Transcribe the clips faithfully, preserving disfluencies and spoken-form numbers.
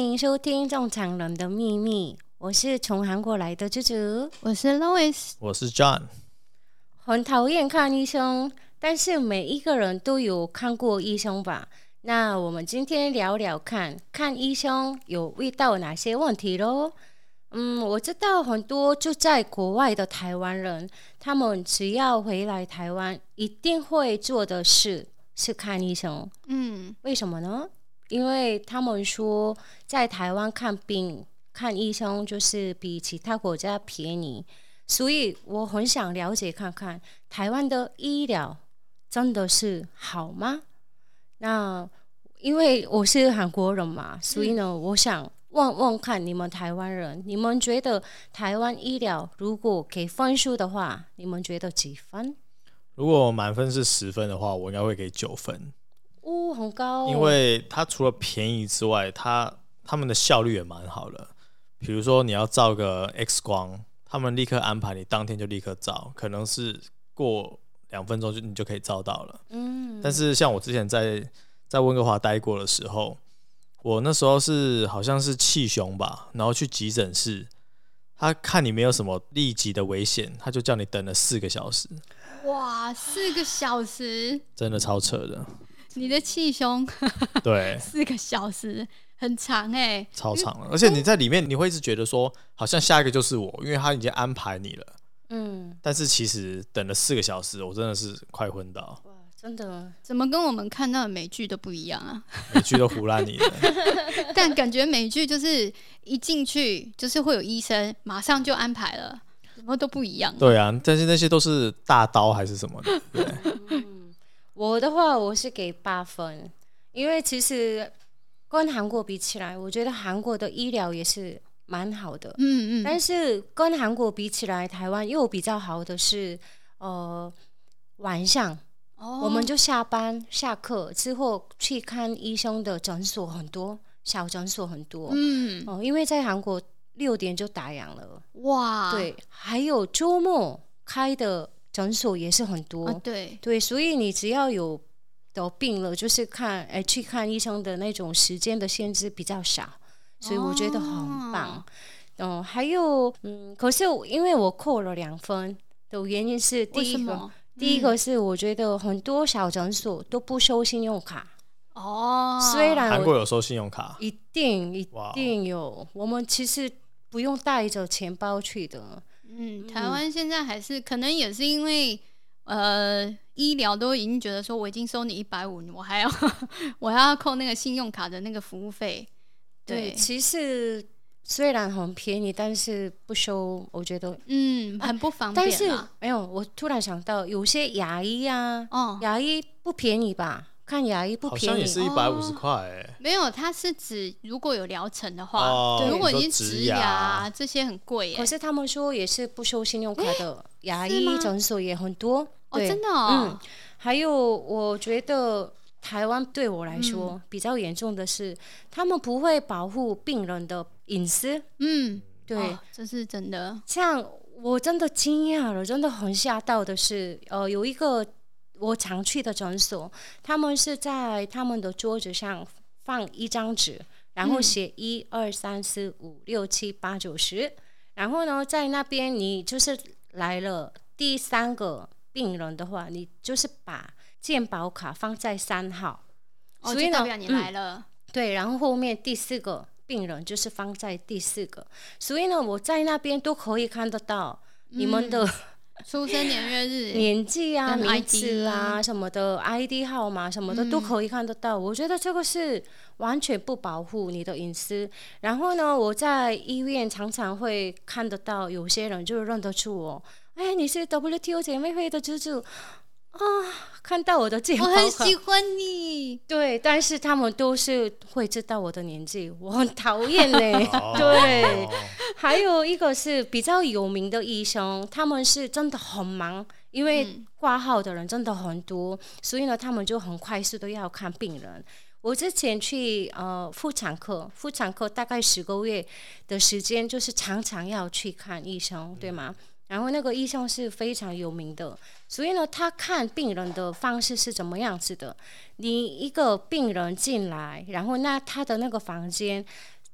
迎收听《正常人的秘密》，我是从韩国来的猪猪， 我是 Lois， 我是 John。 很讨厌看医生，但是每一个人都有看过医生吧？那我们今天聊聊看，看医生有遇到哪些问题咯？嗯，我知道很多住在国外的台湾人，他们只要回来台湾，一定会做的事是看医生。 嗯， 为什么呢？因为他们说在台湾看病看医生就是比其他国家便宜，所以我很想了解看看台湾的医疗真的是好吗？那因为我是韩国人嘛，所以呢、嗯、我想问问看你们台湾人，你们觉得台湾医疗如果给分数的话，你们觉得几分？ 如果满分是十分的话，我应该会给九分。 哦，很高、哦。 因为它除了便宜之外，它他们的效率也蛮好的。比如说你要照个 X 光，他们立刻安排你当天就立刻照，可能是过两分钟就你就可以照到了。嗯。但是像我之前在在温哥华待过的时候，我那时候是好像是气胸吧，然后去急诊室，他看你没有什么立即的危险，他就叫你等了四个小时。 哇，四个小时， 真的超扯的。 你的气胸， 对， 四个小时很长哎、欸， 超长了。而且你在里面，你会一直觉得说，好像下一个就是我，因为他已经安排你了。嗯，但是其实等了四个小时，我真的是快昏倒。 哇，真的， 怎么跟我们看到的美剧都不一样啊？ 美剧都唬烂你的， 但感觉美剧就是一进去就是会有医生，马上就安排了，什么都不一样。 对啊，但是那些都是大刀还是什么的，对。 嗯我的话，我是给八分，因为其实跟韩国比起来，我觉得韩国的医疗也是蛮好的。嗯嗯。但是跟韩国比起来，台湾又比较好的是，呃，晚上、哦、我们就下班下课之后去看医生的诊所很多，小诊所很多。嗯。哦、呃，因为在韩国六点就打烊了。哇。对，还有周末开的诊所也是很多、 啊、对对，所以你只要有得病了，就是看哎去看医生的那种时间的限制比较少，所以我觉得很棒。哦嗯，还有嗯，可是因为我扣了两分的原因是，第一个、嗯、第一个是我觉得很多小诊所都不收信用卡。哦，虽然韩国有收信用卡， 一定一定有，我们其实不用带着钱包去的。 嗯，台湾现在还是可能也是因为呃医疗都已经觉得说我已经收你一百五，我还要我还要扣那个信用卡的那个服务费。 对，对其实虽然很便宜，但是不收，我觉得嗯很不方便、啊。 但是没有，我突然想到，有些牙医啊，哦，牙医不便宜吧？看牙医不便宜， 好像也是一百五十块哎。 没有，它是指如果有疗程的话， 哦、 如果你植牙这些很贵耶。 可是他们说也是不收信用卡的牙医诊所也很多。 哦，真的哦。 嗯，还有我觉得台湾对我来说、嗯、比较严重的是，他们不会保护病人的隐私。嗯，对、哦， 这是真的。 像我真的惊讶了，真的很吓到的是，呃，有一个。我常去的诊所，他们是在他们的桌子上放一张纸，然后写一二三四五六七八九十，然后呢，在那边你就是来了第三个病人的话，你就是把健保卡放在三号， 哦，所以呢，就代表你来了、 嗯。对，然后后面第四个病人就是放在第四个，所以呢，我在那边都可以看得到你们的、嗯。 出生年月日、 年纪啊、名字啊什么的 I D 号码什么的、嗯、都可以看得到。我觉得这个是完全不保护你的隐私。然后呢，我在医院常常会看得到有些人就认得出我，哎，你是 W T O 姐妹会的猪猪啊！看到我的健保卡， 我很喜欢你。 对，但是他们都是会知道我的年纪，我很讨厌呢。对，还有一个是比较有名的医生，他们是真的很忙，因为挂号的人真的很多，所以呢，他们就很快速的要看病人。我之前去呃妇产科，妇产科大概十个月的时间，就是常常要去看医生，对吗？然后那个医生是非常有名的，所以呢，他看病人的方式是怎么样子的？你一个病人进来，然后那他的那个房间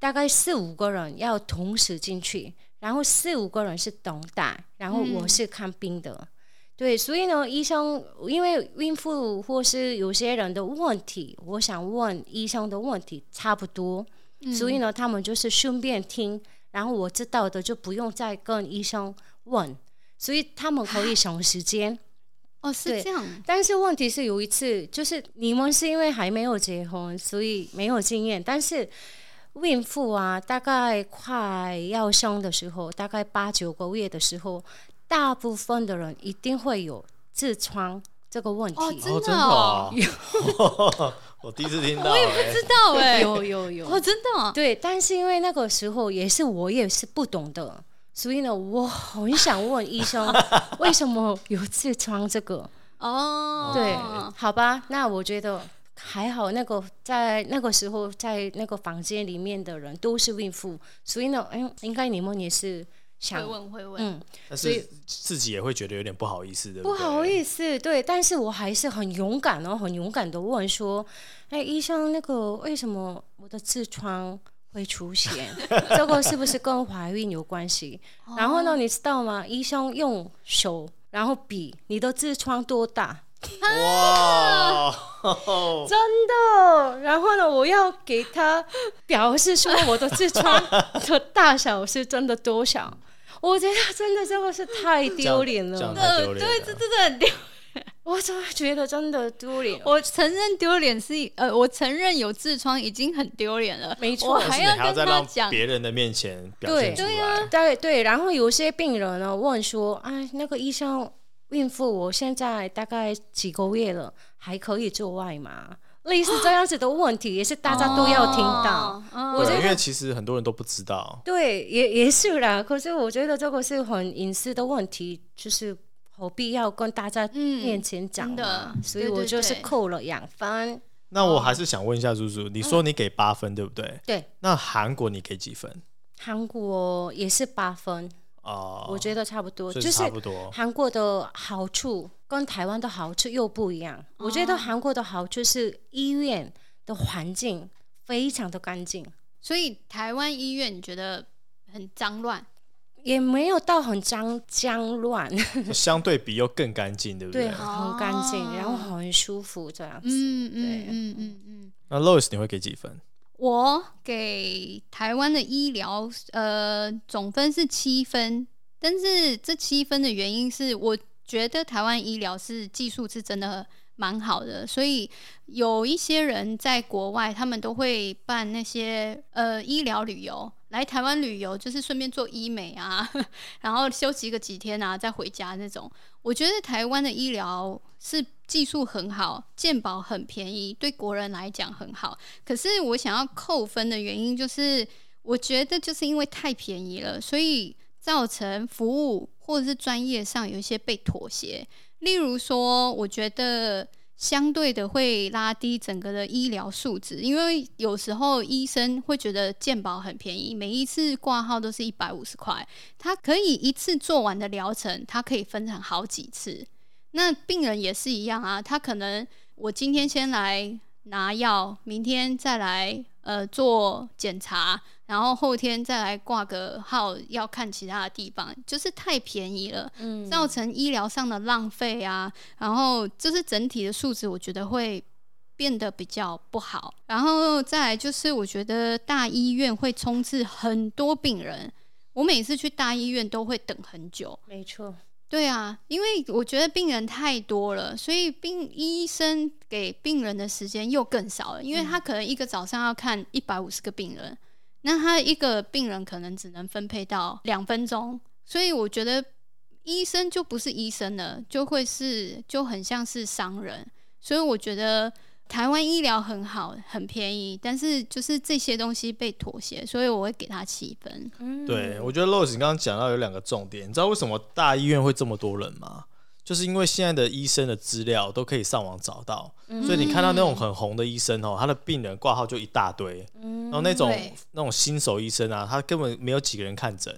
大概四五个人要同时进去，然后四五个人是等待，然后我是看病的。嗯，对，所以呢，医生因为孕妇或是有些人的问题，我想问医生的问题差不多，嗯，所以呢，他们就是顺便听，然后我知道的就不用再跟医生问，所以他们可以省时间。 哦，是这样。 但是问题是有一次，就是你们是因为还没有结婚，所以没有经验，但是孕妇啊，大概快要生的时候，大概八九个月的时候，大部分的人一定会有痔疮这个问题。 哦，真的哦， 哦我第一次听到， 我也不知道哎， 有有有， 哦，真的哦。 对，但是因为那个时候也是我也是不懂的，所以呢，我很想问医生为什么有痔疮这个。 哦， 对，好吧，那我觉得还好，那个在那个时候在那个房间里面的人都是孕妇，所以呢，嗯，应该你们也是想会问会问， 嗯， 但是自己也会觉得有点不好意思，对不对？ 不好意思，对，但是我还是很勇敢哦，很勇敢的问说，哎，医生，那个为什么我的痔疮会出现？这个是不是跟怀孕有关系？哦，然后呢，你知道吗？医生用手然后比你的痔疮多大。 哇， 真的！然后呢，我要给他表示说我的痔疮的大小是真的多少。我觉得真的这个是太丢脸了， 这样太丢脸了， 对，这真的很丢脸。 我真的觉得真的丢脸。 我承认丢脸是呃，我承认有痔疮已经很丢脸了， 没错， 我还要跟他讲， 别人的面前表现出来。 对啊，对对。然后有些病人呢问说：“哎，那个医生，孕妇我现在大概几个月了，还可以做爱吗？”类似这样子的问题，也是大家都要听到。 哦， 我觉得因为其实很多人都不知道。 对，也也是啦。可是我觉得这个是很隐私的问题，就是何必要跟大家面前讲嘛、嗯、所以我就是扣了两分。 那我还是想问一下猪猪，你说你给八分、嗯、对不对？ 对。 那韩国你给几分？ 韩国也是八分。 哦， 我觉得差不多， 就是差不多。 韩国的好处跟台湾的好处又不一样。哦、我觉得韩国的好处是医院的环境非常的干净， 所以台湾医院你觉得很脏乱？ 也没有到很脏脏乱， 相对比又更干净，对不对？ 对，很干净，哦、然后很舒服这样子。 嗯嗯嗯嗯嗯。 那 Lois 你会给几分？ 我给台湾的医疗，呃，总分是七分，但是这七分的原因是，我觉得台湾医疗是技术是真的蛮好的，所以有一些人在国外，他们都会办那些呃医疗旅游，来台湾旅游，就是顺便做医美啊，然后休息个几天啊，再回家那种。我觉得台湾的医疗是技术很好，健保很便宜，对国人来讲很好。可是我想要扣分的原因就是，我觉得就是因为太便宜了，所以造成服务或者是专业上有一些被妥协。例如说，我觉得相对的会拉低整个的医疗素质，因为有时候医生会觉得健保很便宜，每一次挂号都是一百五十块，他可以一次做完的疗程，他可以分成好几次。那病人也是一样啊，他可能我今天先来拿药，明天再来呃做检查，然后后天再来挂个号要看其他的地方，就是太便宜了，嗯，造成医疗上的浪费啊，然后就是整体的素质我觉得会变得比较不好。然后再来就是我觉得大医院会充斥很多病人，我每次去大医院都会等很久。 没错， 对啊，因为我觉得病人太多了，所以病医生给病人的时间又更少了，因为他可能一个早上要看一百五十个病人，那他一个病人可能只能分配到两分钟，所以我觉得医生就不是医生了，就会是就很像是商人。所以我觉得台湾医疗很好，很便宜，但是就是这些东西被妥协，所以我会给他七分。 嗯、对，我觉得 Lois 你刚刚讲到有两个重点，你知道为什么大医院会这么多人吗？就是因为现在的医生的资料都可以上网找到，嗯、所以你看到那种很红的医生哦，他的病人挂号就一大堆，嗯、然后那种那种新手医生啊，他根本没有几个人看诊，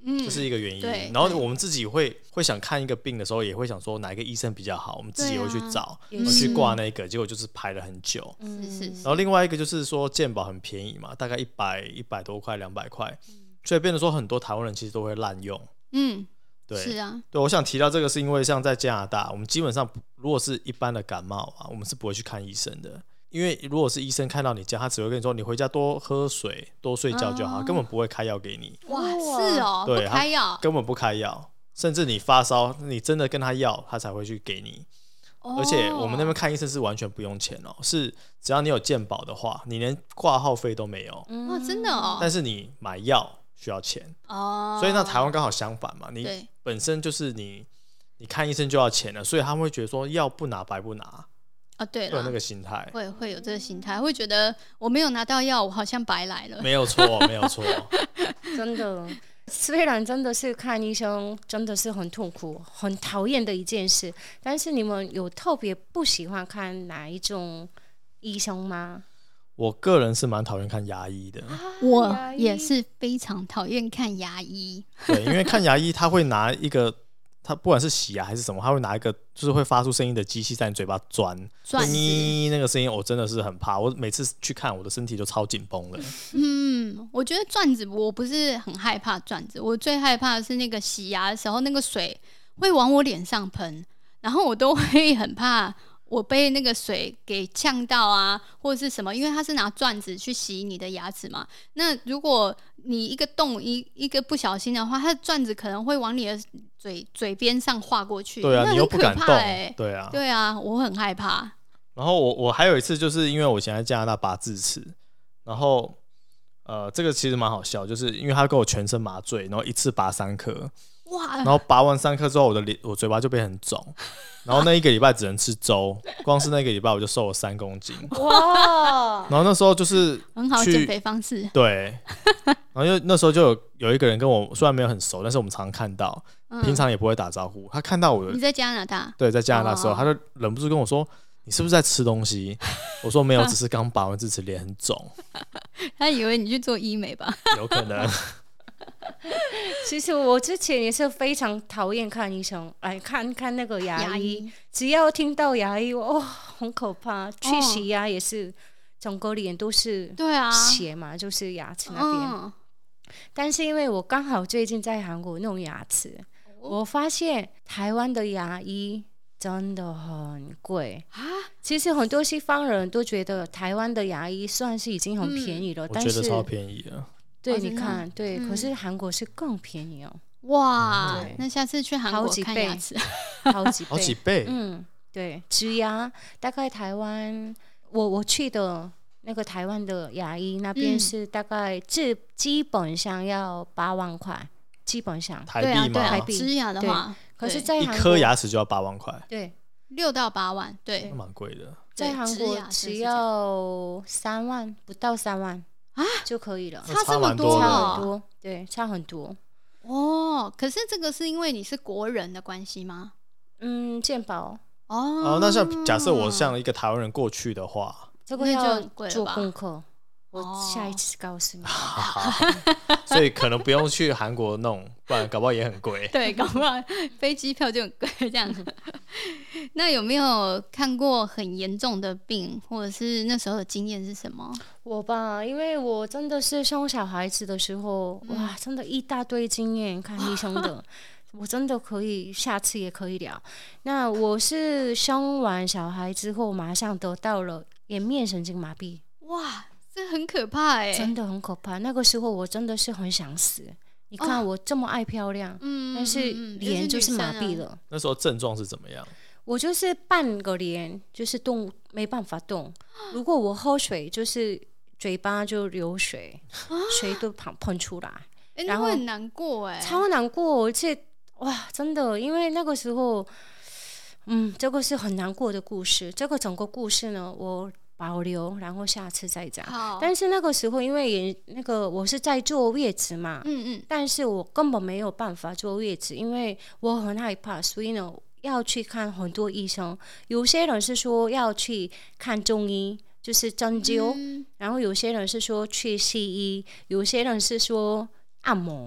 嗯，这是一个原因。然后我们自己会会想看一个病的时候，也会想说哪一个医生比较好，我们自己也会去找，然后去挂那个，结果就是排了很久。 是是是。 然后另外一个就是说健保很便宜嘛，大概一百一百多块、两百块，所以变得说很多台湾人其实都会滥用。嗯，对， 是啊。 对，我想提到这个是因为像在加拿大，我们基本上如果是一般的感冒啊，我们是不会去看医生的。因为如果是医生看到你这样，他只会跟你说你回家多喝水多睡觉就好，哦，根本不会开药给你。 哇，是哦，对，不开药， 根本不开药，甚至你发烧你真的跟他要他才会去给你。哦，而且我们那边看医生是完全不用钱哦，是只要你有健保的话，你连挂号费都没有。 哇，真的哦。 但是你买药需要钱哦，所以那台湾刚好相反嘛，你本身就是你你看医生就要钱了，所以他们会觉得说药不拿白不拿。 啊，对了， 会有那个心态， 会会有这个心态，会觉得我没有拿到药，我好像白来了。 没有错，没有错， 真的。虽然真的是看医生真的是很痛苦、很讨厌的一件事，但是你们有特别不喜欢看哪一种医生吗？ 我个人是蛮讨厌看牙医的， 啊，我也是非常讨厌看牙医。 对，因为看牙医他会拿一个。他不管是洗牙还是什么，他会拿一个就是会发出声音的机器在你嘴巴钻，你那个声音我真的是很怕。我每次去看，我的身体就超紧绷了。 嗯，我觉得钻子我不是很害怕钻子，我最害怕的是那个洗牙的时候，那个水会往我脸上喷，然后我都会很怕我被那个水给呛到啊，或者是什么，因为它是拿钻子去洗你的牙齿嘛。那如果你一个洞一一个不小心的话，它的钻子可能会往你的嘴嘴边上划过去。 对啊， 那你又不敢动。对啊， 对啊，我很害怕。 然后我我还有一次，就是因为我以前在加拿大拔智齿，然后呃，这个其实蛮好笑，就是因为他给我全身麻醉，然后一次拔三颗。哇！然后拔完三颗之后，我的脸我嘴巴就变很肿，然后那一个礼拜只能吃粥，光是那个礼拜我就瘦了三公斤。哇！然后那时候就是很好减肥方式。 对，然后因为那时候就有有一个人跟我虽然没有很熟，但是我们常常看到，嗯、平常也不会打招呼。他看到我的， 你在加拿大？ 对，在加拿大的时候，哦、他就忍不住跟我说：“你是不是在吃东西？”我说：“没有，只是刚拔完智齿，脸很肿。” 他以为你去做医美吧？ 有可能。 其实我之前也是非常讨厌看医生，来看看那个牙医。牙医只要听到牙医，哦，很可怕。去洗牙也是，整个脸都是血嘛，啊、就是牙齿那边。嗯、但是因为我刚好最近在韩国弄牙齿，哦、我发现台湾的牙医真的很贵啊！其实很多西方人都觉得台湾的牙医算是已经很便宜了，嗯、但是我觉得超便宜了。 对，哦、你看，对，嗯、可是韩国是更便宜哦。 哇，那下次去韩国看牙齿， 好几倍， 好几倍。 嗯，对，植牙大概台湾，我我去的那个台湾的牙医那边是大概基基本上要八万块，基本上台币吗？ 台币植牙的话， 可是在韩国一颗牙齿就要八万块， 对， 六到八万，对， 那蛮贵的。 在韩国只要三万，不到三万。啊，就可以了， 差这么多， 差很多，对，差很多。 哦，可是这个是因为你是国人的关系吗？ 嗯，健保。 哦， 哦，那像假设我像一个台湾人过去的话， 这个要做功课，我下一次告诉你。 所以可能不用去韩国弄，不然搞不好也很贵。 对，搞不好飞机票就很贵这样。那有没有看过很严重的病，或者是那时候的经验是什么？ 我吧，因为我真的是生小孩子的时候，嗯、哇，真的一大堆经验看医生的，我真的可以下次也可以聊。那我是生完小孩之后，马上得到了颜面神经麻痹。 哇，这很可怕哎、欸， 真的很可怕。那个时候我真的是很想死。你看我这么爱漂亮，哦、但是脸就是麻痹了。 嗯嗯嗯、 那时候症状是怎么样？ 我就是半个脸就是动没办法动。如果我喝水，就是嘴巴就流水，啊、水都喷喷出来， 欸、然后很难过哎， 超难过。而且哇，真的，因为那个时候，嗯，这个是很难过的故事。这个整个故事呢，我保留，然后下次再讲。但是那个时候，因为也那个我是在坐月子嘛，嗯嗯，但是我根本没有办法坐月子，因为我很害怕，所以呢要去看很多医生。有些人是说要去看中医，就是针灸，嗯、然后有些人是说去西医，有些人是说按摩。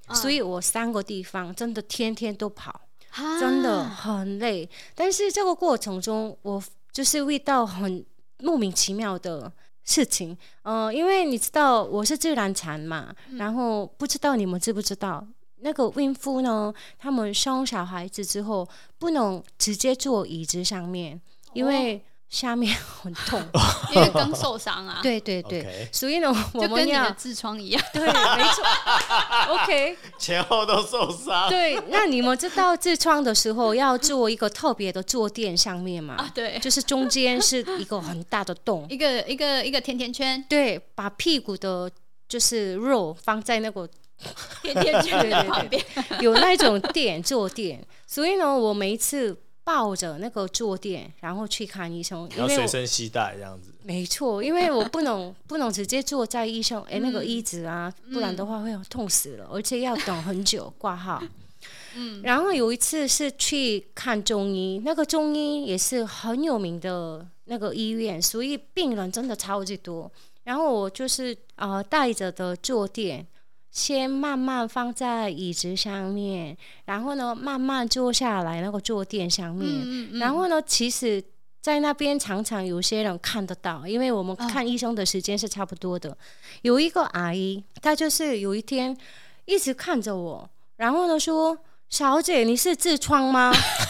嗯、所以我三个地方真的天天都跑，真的很累。但是这个过程中，我就是遇到很莫名其妙的事情，呃，因为你知道我是自然产嘛，嗯、然后不知道你们知不知道，那个孕妇呢，他们生小孩子之后不能直接坐椅子上面，因为、哦下面很痛， 因为刚受伤啊。 对对对， okay. 所以呢，我们要就跟你的痔疮一样。 对，没错。OK， 前后都受伤。 对，那你们知道痔疮的时候要做一个特别的坐垫上面吗？ 啊，对， 就是中间是一个很大的洞， 一个一个一个甜甜圈。 对，把屁股的就是肉放在那个甜甜圈的旁边， 有那种垫坐垫，所以呢，我每一次抱着那个坐垫，然后去看医生， 要随身携带这样子。 没错，因为我不能不能直接坐在医生哎、欸、那个椅子啊，嗯、不然的话会痛死了，而且要等很久挂号。嗯，然后有一次是去看中医，那个中医也是很有名的那个医院，所以病人真的超级多。然后我就是呃带着的坐垫。先慢慢放在椅子上面，然后呢，慢慢坐下来那个坐垫上面。嗯嗯、然后呢，其实，在那边常常有些人看得到，因为我们看医生的时间是差不多的。哦、有一个阿姨，她就是有一天一直看着我，然后呢说：“小姐，你是痔疮吗？”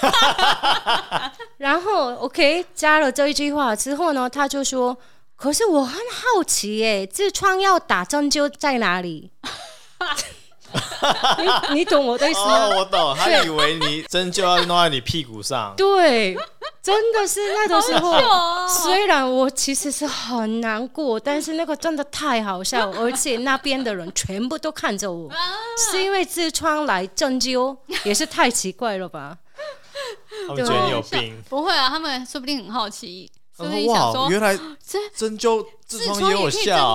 然后 OK 加了这一句话之后呢，她就说：“可是我很好奇耶，痔疮要打针灸在哪里？”你, 你懂我的意思吗？ 哦，我懂，他以为你针灸要弄在你屁股上。 对，真的是那个时候。 哦、 虽然我其实是很难过，但是那个真的太好笑，而且那边的人全部都看着我，是因为痔疮来针灸，也是太奇怪了吧？ 他们觉得你有病？ 不会啊，他们说不定很好奇。 所以想说，原来针灸痔疮也有效。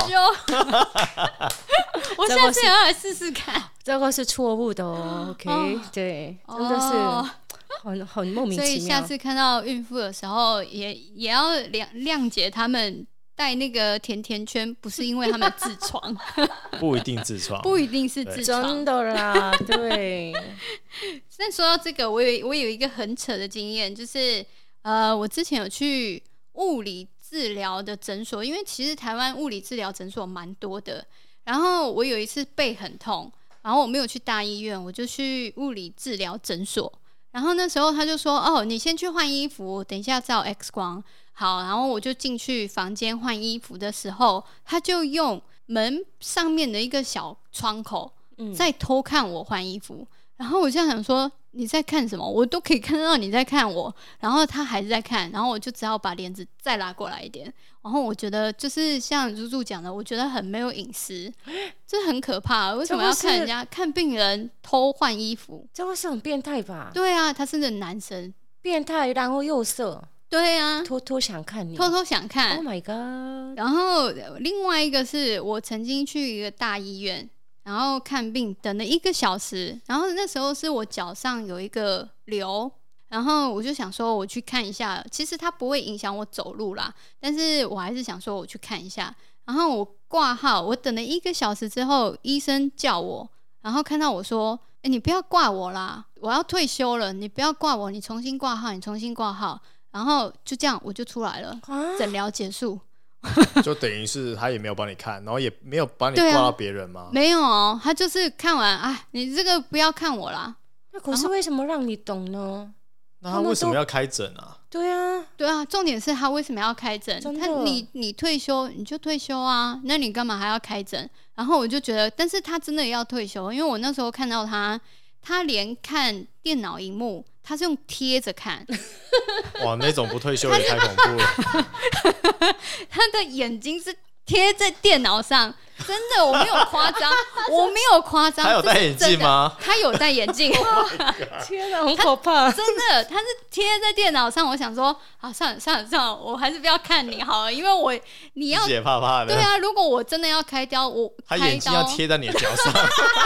我下次也要来试试看。 这个是错误的哦 ，OK，、哦、对，真的是很很莫名其妙。 所以下次看到孕妇的时候也，也也要谅谅解他们带那个甜甜圈，不是因为他们痔疮， 不一定痔疮， 不一定是痔疮， 真的啦，对。 但说到这个，我有我有一个很扯的经验，就是呃，我之前有去物理治疗的诊所，因为其实台湾物理治疗诊所蛮多的。然后我有一次背很痛，然后我没有去大医院，我就去物理治疗诊所。然后那时候他就说：“哦，你先去换衣服，等一下照 X 光。”好，然后我就进去房间换衣服的时候，他就用门上面的一个小窗口在偷看我换衣服。嗯、然后我就想说，你在看什么？我都可以看到你在看我，然后他还是在看，然后我就只好把帘子再拉过来一点。然后我觉得就是像猪猪讲的，我觉得很没有隐私，这很可怕。为什么要看人家看病人偷换衣服？ 这个是很变态吧？ 对啊，他是个男生， 变态，然后又色。 对啊， 偷偷想看你， 偷偷想看。 Oh my god！ 然后另外一个是我曾经去一个大医院。然后看病等了一个小时，然后那时候是我脚上有一个瘤，然后我就想说我去看一下，其实它不会影响我走路啦，但是我还是想说我去看一下。然后我挂号，我等了一个小时之后，医生叫我，然后看到我说：“哎，你不要挂我啦，我要退休了，你不要挂我，你重新挂号，你重新挂号。”然后就这样我就出来了，啊、诊疗结束。 就等于是他也没有帮你看，然后也没有帮你挂到别人吗？ 啊、没有哦，他就是看完，哎，你这个不要看我啦。 那可是为什么让你懂呢？ 那他为什么要开诊啊？ 对啊， 对啊，重点是他为什么要开诊？他你你退休你就退休啊，那你干嘛还要开诊？然后我就觉得，但是他真的要退休，因为我那时候看到他，他连看电脑荧幕。他是用贴着看， 哇，那种不退休也太恐怖了。 他的眼睛是贴在电脑上，真的，我没有夸张，我没有夸张。 他有戴眼镜吗？ 他有戴眼镜。 Oh、天哪，很可怕！ 真的，他是贴在电脑上。我想说，啊，算了算了算了，我还是不要看你好了，因为我你要也怕怕的。 对啊，如果我真的要开刀，我他眼睛要贴在你的脚上。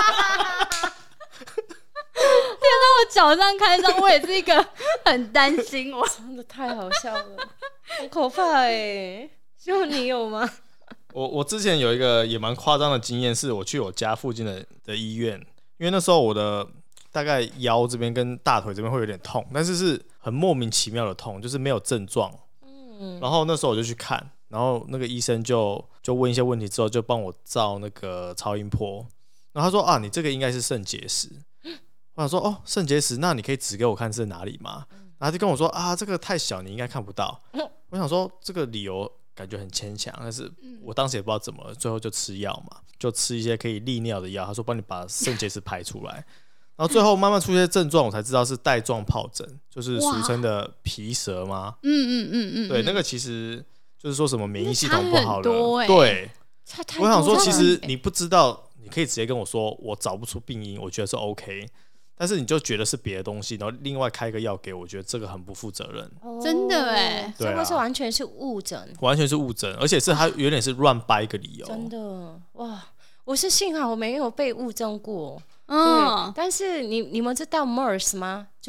贴到我脚上开刀，我也是一个很担心。我真的太好笑了，很可怕哎！就你有吗？ 我我之前有一个也蛮夸张的经验，是我去我家附近的的医院， 因为那时候我的大概腰这边跟大腿这边会有点痛，但是是很莫名其妙的痛，就是没有症状。嗯，然后那时候我就去看，然后那个医生就就问一些问题之后，就帮我照那个超音波，然后他说啊，你这个应该是肾结石。我想说哦，肾结石，那你可以指给我看是哪里吗？然后他就跟我说啊，这个太小，你应该看不到。我想说这个理由感觉很牵强，但是我当时也不知道怎么了，最后就吃药嘛，就吃一些可以利尿的药。他说帮你把肾结石排出来，然后最后慢慢出现症状，我才知道是带状疱疹，就是俗称的皮蛇吗？嗯嗯嗯嗯，对，那个其实就是说什么免疫系统不好了， 欸、 对。我想说，其实你不知道，你可以直接跟我说，我找不出病因，我觉得是 OK。但是你就觉得是别的东西，然后另外开个药给我，我觉得这个很不负责任。 哦、真的哎， 这个是完全是误诊， 完全是误诊，而且是他有点是乱掰一个理由。 真的哇！我是幸好我没有被误诊过。嗯，但是你你们知道 MERS 吗？就是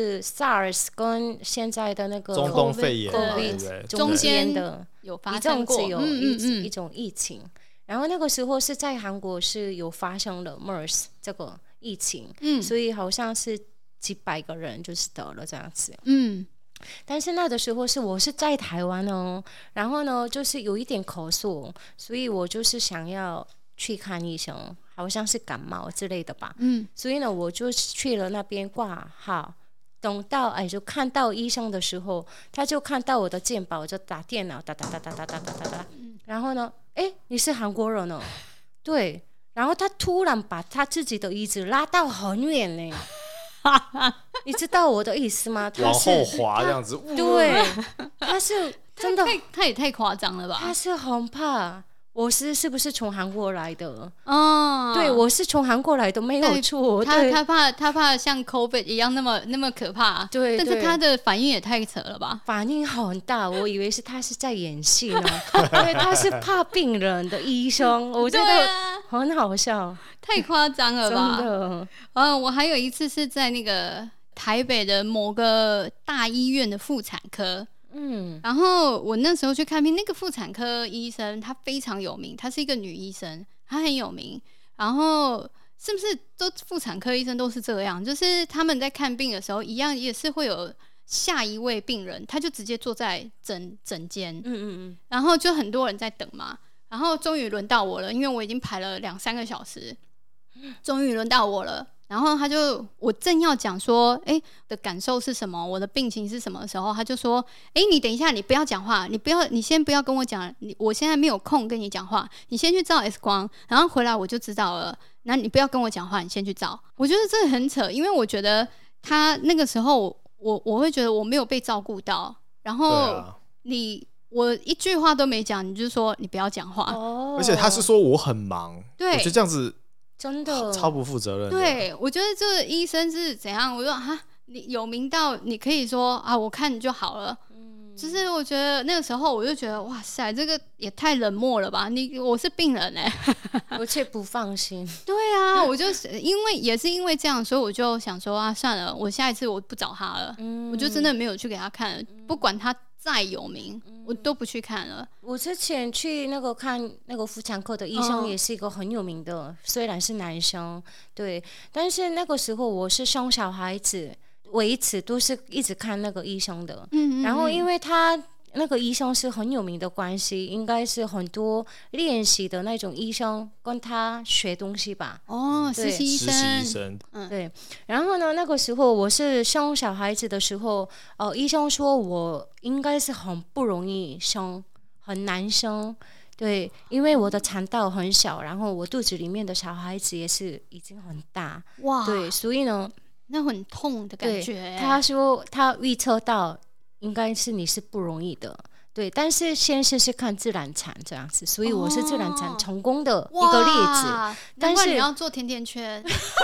SARS 跟现在的那个中东肺炎， 对对，中间的有发生过， 有一、嗯嗯、一种疫情。然后那个时候是在韩国是有发生了 MERS 这个疫情，嗯，所以好像是几百个人就是得了这样子，嗯。但是那个时候是我是在台湾哦，然后呢就是有一点咳嗽，所以我就是想要去看医生，好像是感冒之类的吧，嗯。所以呢我就去了那边挂号，等到哎就看到医生的时候，他就看到我的健保，就打电脑，打打打打打打打打打，然后呢，哎，你是韩国人哦，对。然后他突然把他自己的椅子拉到很远呢，你知道我的意思吗？ 往后滑这样子， 对，他是真的， 他也太夸张了吧？ 他是很怕。我是是不是从韩国来的？哦，对，我是从韩国来的，没有错。 他他怕他怕像 COVID 一样那么那么可怕， 对。 但是他的反应也太扯了吧？ 反应很大，我以为是他是在演戏呢，因为他是怕病人的医生，我觉得很好笑， 太夸张了吧？ 真的。 嗯，我还有一次是在那个台北的某个大医院的妇产科。嗯，然后我那时候去看病，那个妇产科医生她非常有名，她是一个女医生，她很有名。然后是不是都妇产科医生都是这样？就是他们在看病的时候，一样也是会有下一位病人，他就直接坐在诊诊间，嗯嗯嗯，然后就很多人在等嘛。然后终于轮到我了，因为我已经排了两三个小时，终于轮到我了。然后他就，我正要讲说，哎，的感受是什么，我的病情是什么的时候，他就说，哎，你等一下，你不要讲话，你不要，你先不要跟我讲，你我现在没有空跟你讲话，你先去照 X 光，然后回来我就知道了。那你不要跟我讲话，你先去照。我觉得这很扯，因为我觉得他那个时候我，我我会觉得我没有被照顾到，然后你。我一句话都没讲，你就说你不要讲话， 哦，而且他是说我很忙，对，我觉得这样子真的超不负责任的。 对，我觉得这个医生是怎样？我说哈，你有名到你可以说啊，我看你就好了。嗯，就是我觉得那个时候我就觉得哇塞，这个也太冷漠了吧！你我是病人哎、 欸，我却不放心。 对啊，我就是因为也是因为这样，所以我就想说啊，算了，我下一次我不找他了，嗯、我就真的没有去给他看了，不管他再有名。我都不去看了。 我之前去那个看那个妇产科的医生，也是一个很有名的，哦、虽然是男生，对，但是那个时候我是生小孩子，为此都是一直看那个医生的。嗯嗯嗯，然后因为他那个医生是很有名的关系，应该是很多练习的那种医生跟他学东西吧。 哦，实习医生， 实习医生， 嗯，对。然后呢，那个时候我是生小孩子的时候，呃，医生说我应该是很不容易生，很难生。对，因为我的产道很小，然后我肚子里面的小孩子也是已经很大。哇，对，所以呢， 那很痛的感觉。 他说他预测到。应该是你是不容易的，对，但是先试试看自然产这样子，所以我是自然产成功的一个例子。 哦、但是你要做甜甜圈，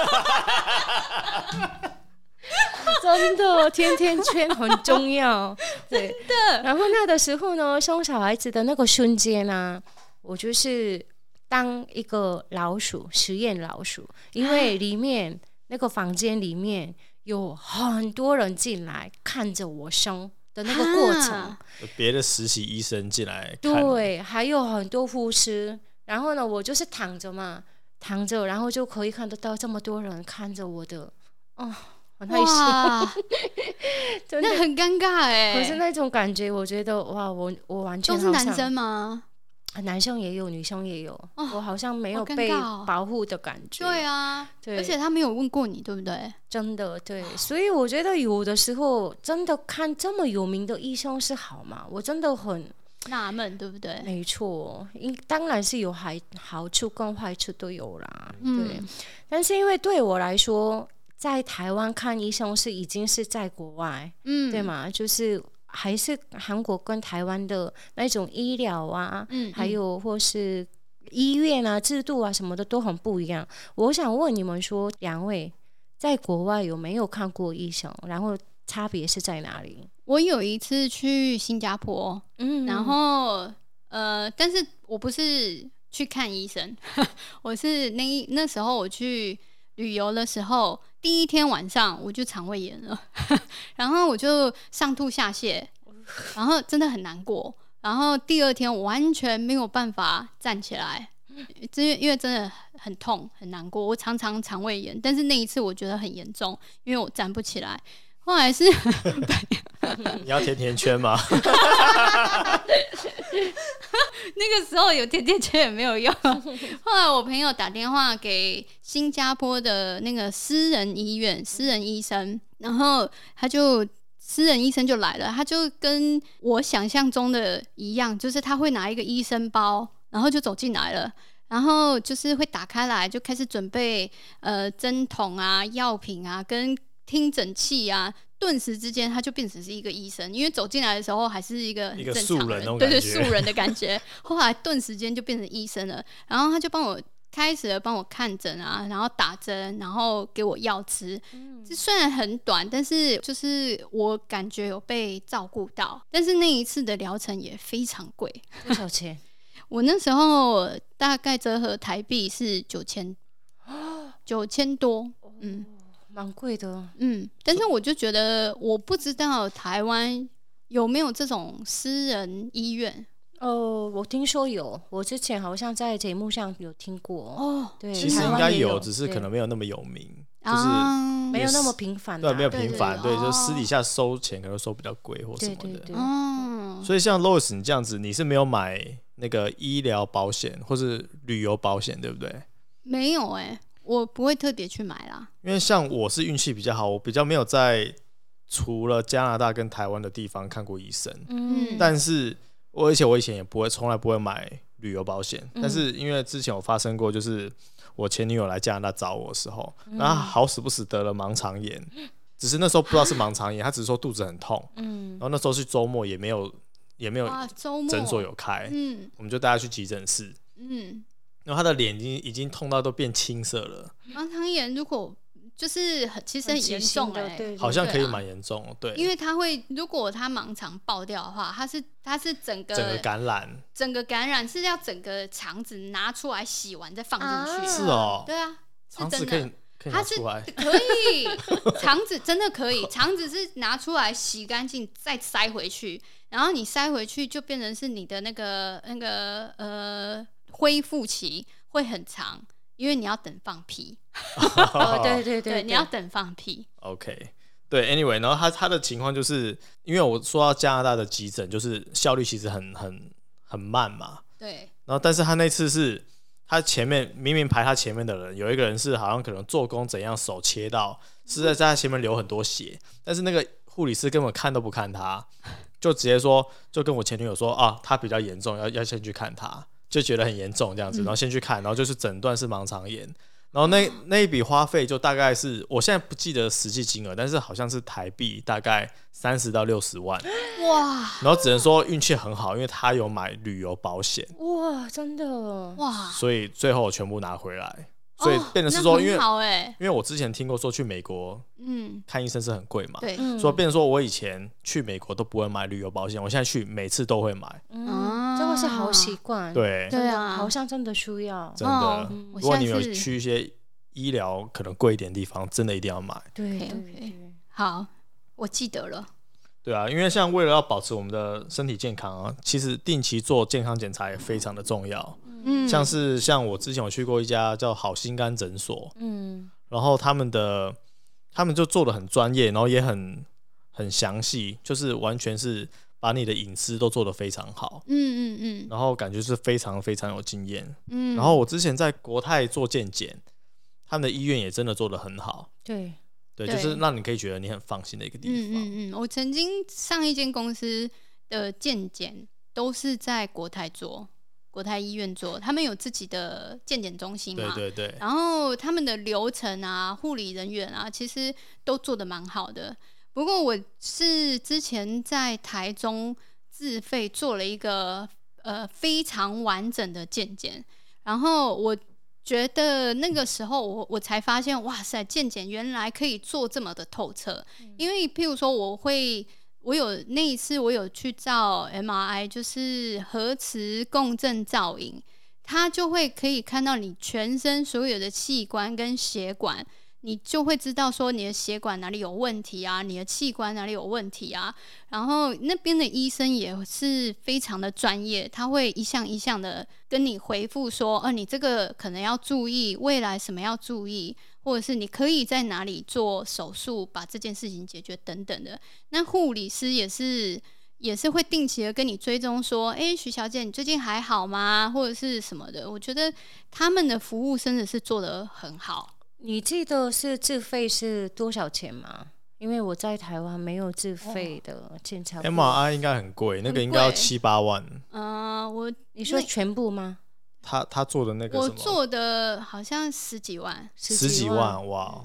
真的甜甜圈很重要，对的。 然后那个时候呢，生小孩子的那个瞬间呢，我就是当一个老鼠，实验老鼠，因为里面那个房间里面有很多人进来看着我生。的那个过程， 别的实习医生进来看， 对，还有很多护士。然后呢，我就是躺着嘛， 躺着，然后就可以看得到这么多人看着我的，哦，很害羞， 那很尴尬哎。 可是那种感觉，我觉得哇，我我完全都是男生吗？ 男生也有，女生也有，哦、我好像没有被保护的感觉。 哦、对啊，对，而且他没有问过你，对不对？ 真的对，所以我觉得有的时候真的看这么有名的医生是好吗？我真的很纳闷，对不对？ 没错，应当然是有好好处跟坏处都有啦。嗯、对，但是因为对我来说，在台湾看医生是已经是在国外，嗯，对吗？就是还是韩国跟台湾的那种医疗啊，嗯，还有或是医院啊、制度啊什么的都很不一样。我想问你们说，两位在国外有没有看过医生？然后差别是在哪里？ 我有一次去新加坡，嗯，然后呃，但是我不是去看医生，我是那那时候我去旅游的时候，第一天晚上我就肠胃炎了，然后我就上吐下泻，然后真的很难过。然后第二天我完全没有办法站起来，因为真的很痛很难过。我常常肠胃炎，但是那一次我觉得很严重，因为我站不起来。后来是你要甜甜圈吗？ 那个时候有甜甜圈也没有用。后来我朋友打电话给新加坡的那个私人医院私人医生，然后他就私人医生就来了，他就跟我想象中的一样，就是他会拿一个医生包，然后就走进来了，然后就是会打开来就开始准备呃针筒啊、药品啊跟听诊器啊，顿时之间他就变成是一个医生，因为走进来的时候还是一个很正常人， 一个素人那种感觉，对对，素人的感觉。后来顿时间就变成医生了，然后他就帮我开始了帮我看诊啊，然后打针，然后给我药吃。嗯，这虽然很短，但是就是我感觉有被照顾到。但是那一次的疗程也非常贵， 多少钱？ 我那时候大概折合台币是九千，九千多，嗯。 蛮贵的， 嗯，但是我就觉得我不知道台湾有没有这种私人医院。 哦，我听说有，我之前好像在节目上有听过。哦，对， 其实应该有，只是可能没有那么有名，就是没有那么频繁、啊， 对，没有频繁，对，对，就私底下收钱可能收比较贵或什么的。 对对对， 哦， 所以像 Lois 你这样子，你是没有买那个医疗保险或是旅游保险，对不对？ 没有哎、欸。我不会特别去买啦， 因为像我是运气比较好，我比较没有在除了加拿大跟台湾的地方看过医生，嗯，但是我而且我以前也不会，从来不会买旅游保险，嗯、但是因为之前有发生过，就是我前女友来加拿大找我的时候，嗯、然后好死不死得了盲肠炎，只是那时候不知道是盲肠炎，她只是说肚子很痛，嗯，然后那时候是周末也没有也没有诊所有开，嗯，我们就带她去急诊室，嗯。然后他的脸已经已经痛到都变青色了。 盲肠炎如果就是很其实很严重哎、 欸， 好像可以蛮严重，对， 因为他会如果他盲肠爆掉的话，他是他是整个整个感染， 整个感染是要整个肠子拿出来洗完再放进去， 啊是哦， 对啊， 肠子可以可以拿出来， 可以，肠子真的可以，肠子是拿出来洗干净再塞回去，然后你塞回去就变成是你的那个那个呃。恢复期会很长，因为你要等放屁。 哦，对对 对, 对，你要等放屁。 OK， 对 ，Anyway， 然后他他的情况就是，因为我说到加拿大的急诊，就是效率其实很很很慢嘛。 对。 然后，但是他那次是，他前面明明排他前面的人，有一个人是好像可能做工怎样手切到，是在在他前面流很多血，但是那个护理师根本看都不看他，就直接说，就跟我前女友说啊，他比较严重，要要先去看他。就觉得很严重这样子，然后先去看，然后就是诊断是盲肠炎，然后那那一笔花费就大概是我现在不记得实际金额，但是好像是台币大概三十到六十万，哇！然后只能说运气很好，因为他有买旅游保险， 哇，真的哇！ 所以最后全部拿回来。所以变成是说，因为、 哦欸、 因为我之前听过说去美国，嗯，看医生是很贵嘛， 对， 所以变成说我以前去美国都不会买旅游保险，我现在去每次都会买， 嗯，这个是好习惯， 对， 对啊，好像真的需要， 真的。哦、如果你有去一些医疗可能贵一点的地方，真的一定要买。 对 ，OK， okay. 好，我记得了。 对啊，因为像为了要保持我们的身体健康啊，其实定期做健康检查也非常的重要。嗯嗯，像是像我之前有去过一家叫好心肝诊所，嗯，然后他们的他们就做的很专业，然后也很很详细，就是完全是把你的隐私都做得非常好，嗯嗯嗯，然后感觉是非常非常有经验，嗯，然后我之前在国泰做健检，他们的医院也真的做得很好， 对。 对，就是让你可以觉得你很放心的一个地方。 嗯嗯嗯，我曾经上一间公司的健检都是在国泰做，国泰医院做，他们有自己的健检中心嘛， 对对对。 然后他们的流程啊、护理人员啊，其实都做得蛮好的。不过我是之前在台中自费做了一个呃非常完整的健检，然后我。觉得那个时候我我才发现，哇塞，健检原来可以做这么的透彻。嗯、因为譬如说，我会我有那一次我有去照 M R I， 就是核磁共振造影，它就会可以看到你全身所有的器官跟血管。你就会知道说你的血管哪里有问题啊，你的器官哪里有问题啊，然后那边的医生也是非常的专业，他会一项一项的跟你回复说，呃，你这个可能要注意，未来什么要注意，或者是你可以在哪里做手术把这件事情解决等等的。那护理师也是也是会定期的跟你追踪说，哎，徐小姐你最近还好吗，或者是什么的。我觉得他们的服务真的是做得很好。 你记得是自费是多少钱吗？因为我在台湾没有自费的检查。 M R I 应该很贵，那个应该要七八万。 嗯、呃，我你说全部吗？ 他他做的那个什么， 我做的好像十几万， 十几万，哇！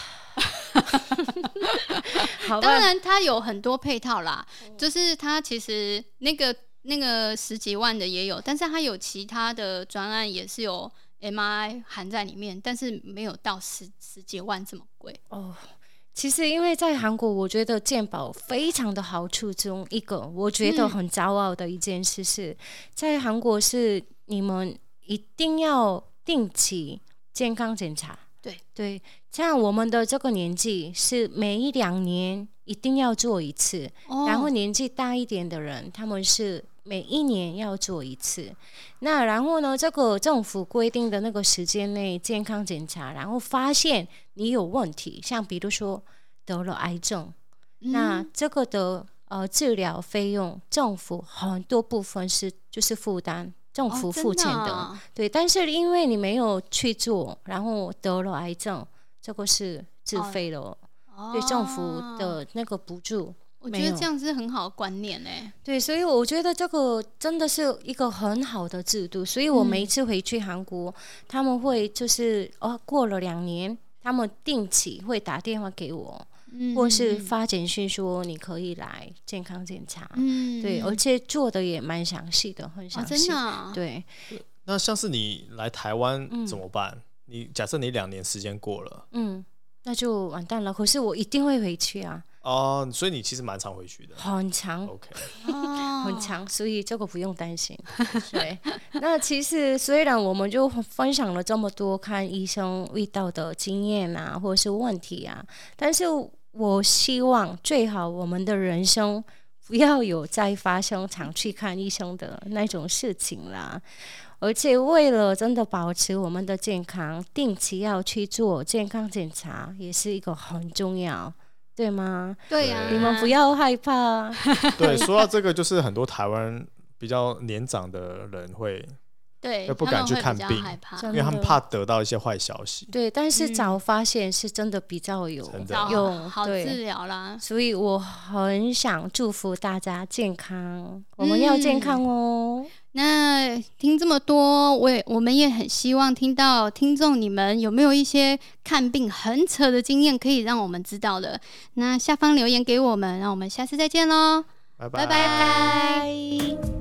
当然，它有很多配套啦，就是它其实那个那个十几万的也有，但是它有其他的专案也是有。M R I 含在里面，但是没有到十十几万这么贵哦。其实因为在韩国，我觉得健保非常的好处中一个，我觉得很骄傲的一件事是，嗯、在韩国是你们一定要定期健康检查。 对对，像我们的这个年纪是每一两年一定要做一次，哦、然后年纪大一点的人，他们是每一年要做一次。那然后呢，这个政府规定的那个时间内健康检查，然后发现你有问题，像比如说得了癌症，嗯、那这个的呃治疗费用，政府很多部分是就是负担。政府付钱的，哦啊、对，但是因为你没有去做，然后得了癌症，这个是自费了，哦、对政府的那个补助， 我觉得这样是很好的观念哎。 对，所以我觉得这个真的是一个很好的制度，所以我每一次回去韩国，嗯、他们会就是哦，过了两年，他们定期会打电话给我。嗯、或是发简讯说你可以来健康检查，嗯、对，而且做的也蛮详细的，很详细， 哦真的啊、 对。 那像是你来台湾怎么办？嗯、你假设你两年时间过了， 嗯，那就完蛋了。可是我一定会回去啊。 哦，所以你其实蛮常回去的， 很长 ，OK， 很长，所以这个不用担心。对，那其实虽然我们就分享了这么多看医生遇到的经验啊，或者是问题啊，但是我希望最好我们的人生不要有再发生常去看医生的那种事情啦。而且为了真的保持我们的健康，定期要去做健康检查也是一个很重要。对吗？ 对呀、啊， 你们不要害怕。 对，说到这个，就是很多台湾比较年长的人会， 对， 不敢去看病，因为他们怕得到一些坏消息。 对，但是早发现是真的比较有用， 好治疗啦。 所以我很想祝福大家健康，我们要健康哦。嗯那听这么多，我也我们也很希望听到听众你们有没有一些看病很扯的经验可以让我们知道的。那下方留言给我们，让我们下次再见咯， 拜拜拜拜。